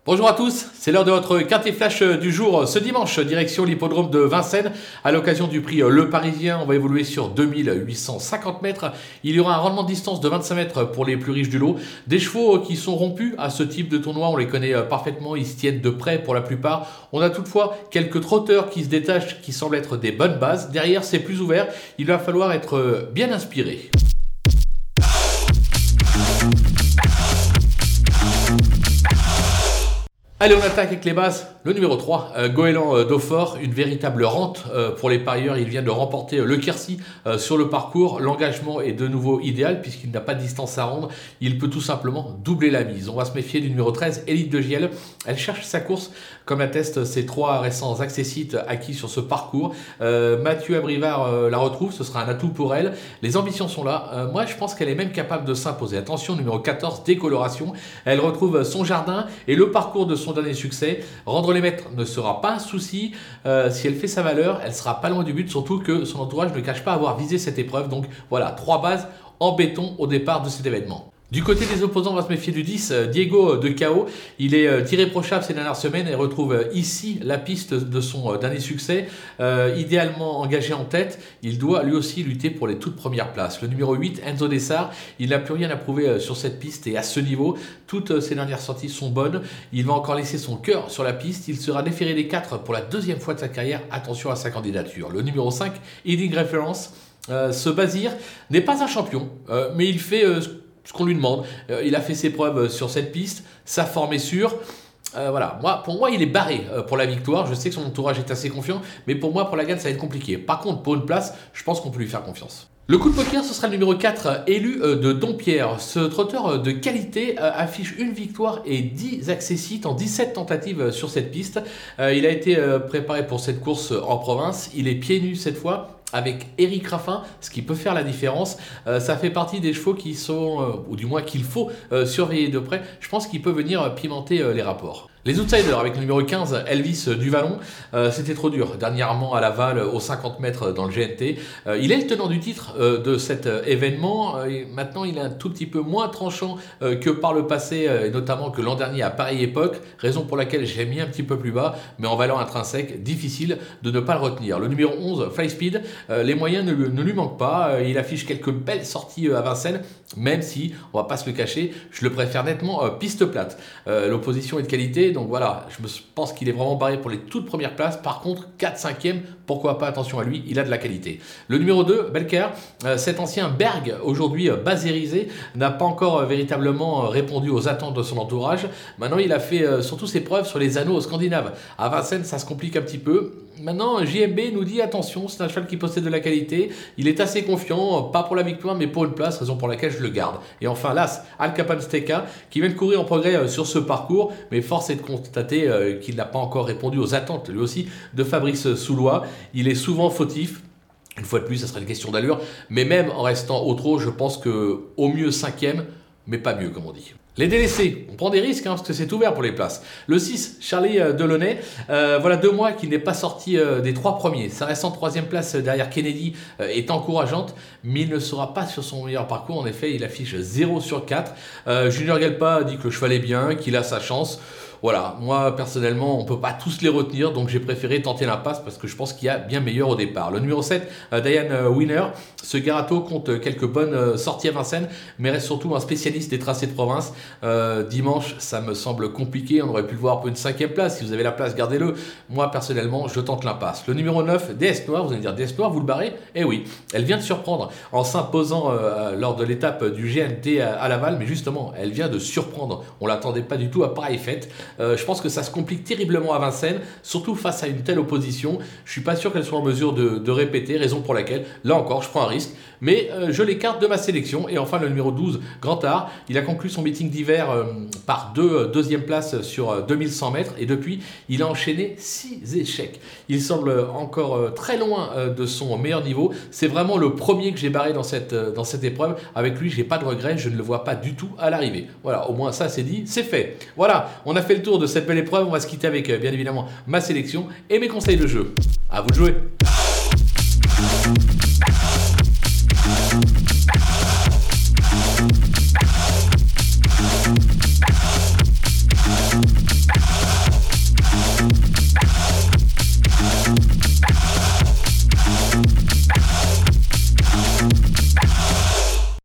Bonjour à tous, c'est l'heure de votre quintet flash du jour ce dimanche, direction l'hippodrome de Vincennes. À l'occasion du prix Le Parisien, on va évoluer sur 2850 mètres. Il y aura un rendement de distance de 25 mètres pour les plus riches du lot. Des chevaux qui sont rompus à ce type de tournoi, on les connaît parfaitement, ils se tiennent de près pour la plupart. On a toutefois quelques trotteurs qui se détachent, qui semblent être des bonnes bases. Derrière, c'est plus ouvert, il va falloir être bien inspiré. Allez, on attaque avec les bases. Le numéro 3, Goéland d'Hautfort, une véritable rente pour les parieurs. Il vient de remporter le Quercy sur le parcours. L'engagement est de nouveau idéal puisqu'il n'a pas de distance à rendre. Il peut tout simplement doubler la mise. On va se méfier du numéro 13, Élite de Giel. Elle cherche sa course, comme attestent ses trois récents accessites acquis sur ce parcours. Mathieu Abrivard la retrouve, ce sera un atout pour elle. Les ambitions sont là. Moi, je pense qu'elle est même capable de s'imposer. Attention, numéro 14, Décoloration. Elle retrouve son jardin et le parcours de son dernier succès. Rendre les mètres ne sera pas un souci. Si elle fait sa valeur, elle sera pas loin du but, surtout que son entourage ne cache pas avoir visé cette épreuve. Donc voilà, 3 bases en béton au départ de cet événement. Du côté des opposants, on va se méfier du 10, Diego de Cao. Il est irréprochable ces dernières semaines et retrouve ici la piste de son dernier succès. Idéalement engagé en tête, il doit lui aussi lutter pour les toutes premières places. Le numéro 8, Enzo Dessart, il n'a plus rien à prouver sur cette piste et à ce niveau. Toutes ses dernières sorties sont bonnes. Il va encore laisser son cœur sur la piste. Il sera déféré des 4 pour la deuxième fois de sa carrière. Attention à sa candidature. Le numéro 5, Heading Reference. Ce Bazir n'est pas un champion, mais il fait ce qu'on lui demande. Il a fait ses preuves sur cette piste, sa forme est sûre. Voilà, pour moi, il est barré pour la victoire. Je sais que son entourage est assez confiant, mais pour moi, pour la gagne, ça va être compliqué. Par contre, pour une place, je pense qu'on peut lui faire confiance. Le coup de poker, ce sera le numéro 4, Élu de Dompierre. Ce trotteur de qualité affiche une victoire et 10 accessites en 17 tentatives sur cette piste. Il a été préparé pour cette course en province. Il est pieds nus cette fois, avec Eric Raffin, ce qui peut faire la différence. Ça fait partie des chevaux qui sont, ou du moins qu'il faut surveiller de près. Je pense qu'il peut venir pimenter les rapports. Les outsiders avec le numéro 15, Elvis du Vallon, c'était trop dur. Dernièrement à Laval, aux 50 mètres dans le GNT. Il est le tenant du titre de cet événement. Maintenant, il est un tout petit peu moins tranchant que par le passé, et notamment que l'an dernier à pareille époque. Raison pour laquelle j'ai mis un petit peu plus bas, mais en valeur intrinsèque, difficile de ne pas le retenir. Le numéro 11, Fly Speed, les moyens ne lui manquent pas. Il affiche quelques belles sorties à Vincennes, même si, on va pas se le cacher, je le préfère nettement piste plate. L'opposition est de qualité. Donc voilà, je pense qu'il est vraiment barré pour les toutes premières places. Par contre, 4-5e, pourquoi pas, attention à lui, il a de la qualité. Le numéro 2, Belker, cet ancien Berg, aujourd'hui basérisé, n'a pas encore véritablement répondu aux attentes de son entourage. Maintenant, il a fait surtout ses preuves sur les anneaux scandinaves. À Vincennes, ça se complique un petit peu. Maintenant, JMB nous dit attention, c'est un cheval qui possède de la qualité. Il est assez confiant, pas pour la victoire, mais pour une place, raison pour laquelle je le garde. Et enfin, l'As, Al Capone Steka, qui vient de courir en progrès sur ce parcours, mais force est de constater qu'il n'a pas encore répondu aux attentes, lui aussi, de Fabrice Soulois. Il est souvent fautif. Une fois de plus, ça serait une question d'allure. Mais même en restant au trot, je pense qu'au mieux 5e, mais pas mieux, comme on dit. Les délaissés, on prend des risques parce que c'est ouvert pour les places. Le 6, Charlie Delaunay, voilà 2 mois qu'il n'est pas sorti des 3 premiers. Sa récente 3e place derrière Kennedy est encourageante, mais il ne sera pas sur son meilleur parcours. En effet, il affiche 0 sur 4. Junior Galpa dit que le cheval est bien, qu'il a sa chance. Voilà, moi personnellement, on ne peut pas tous les retenir, donc j'ai préféré tenter l'impasse parce que je pense qu'il y a bien meilleur au départ. Le numéro 7, Diane Winner, ce Garato compte quelques bonnes sorties à Vincennes, mais reste surtout un spécialiste des tracés de province. Dimanche, ça me semble compliqué, on aurait pu le voir pour une 5e place. Si vous avez la place, gardez-le. Moi personnellement, je tente l'impasse. Le numéro 9, DS Noir, vous allez dire DS Noir, vous le barrez? Eh oui, elle vient de surprendre en s'imposant lors de l'étape du GNT à Laval, mais justement, elle vient de surprendre. On ne l'attendait pas du tout à pareille fête. Je pense que ça se complique terriblement à Vincennes, surtout face à une telle opposition. Je suis pas sûr qu'elle soit en mesure de répéter, raison pour laquelle, là encore, je prends un risque, mais je l'écarte de ma sélection. Et enfin, le numéro 12, Grand Art, il a conclu son meeting d'hiver par 2e places sur 2100 mètres, et depuis, il a enchaîné 6 échecs. Il semble encore très loin de son meilleur niveau. C'est vraiment le premier que j'ai barré dans cette épreuve. Avec lui, j'ai pas de regrets, je ne le vois pas du tout à l'arrivée. Voilà, au moins ça c'est dit, c'est fait. Voilà, on a fait le tour de cette belle épreuve. On va se quitter avec bien évidemment ma sélection et mes conseils de jeu. À vous de jouer.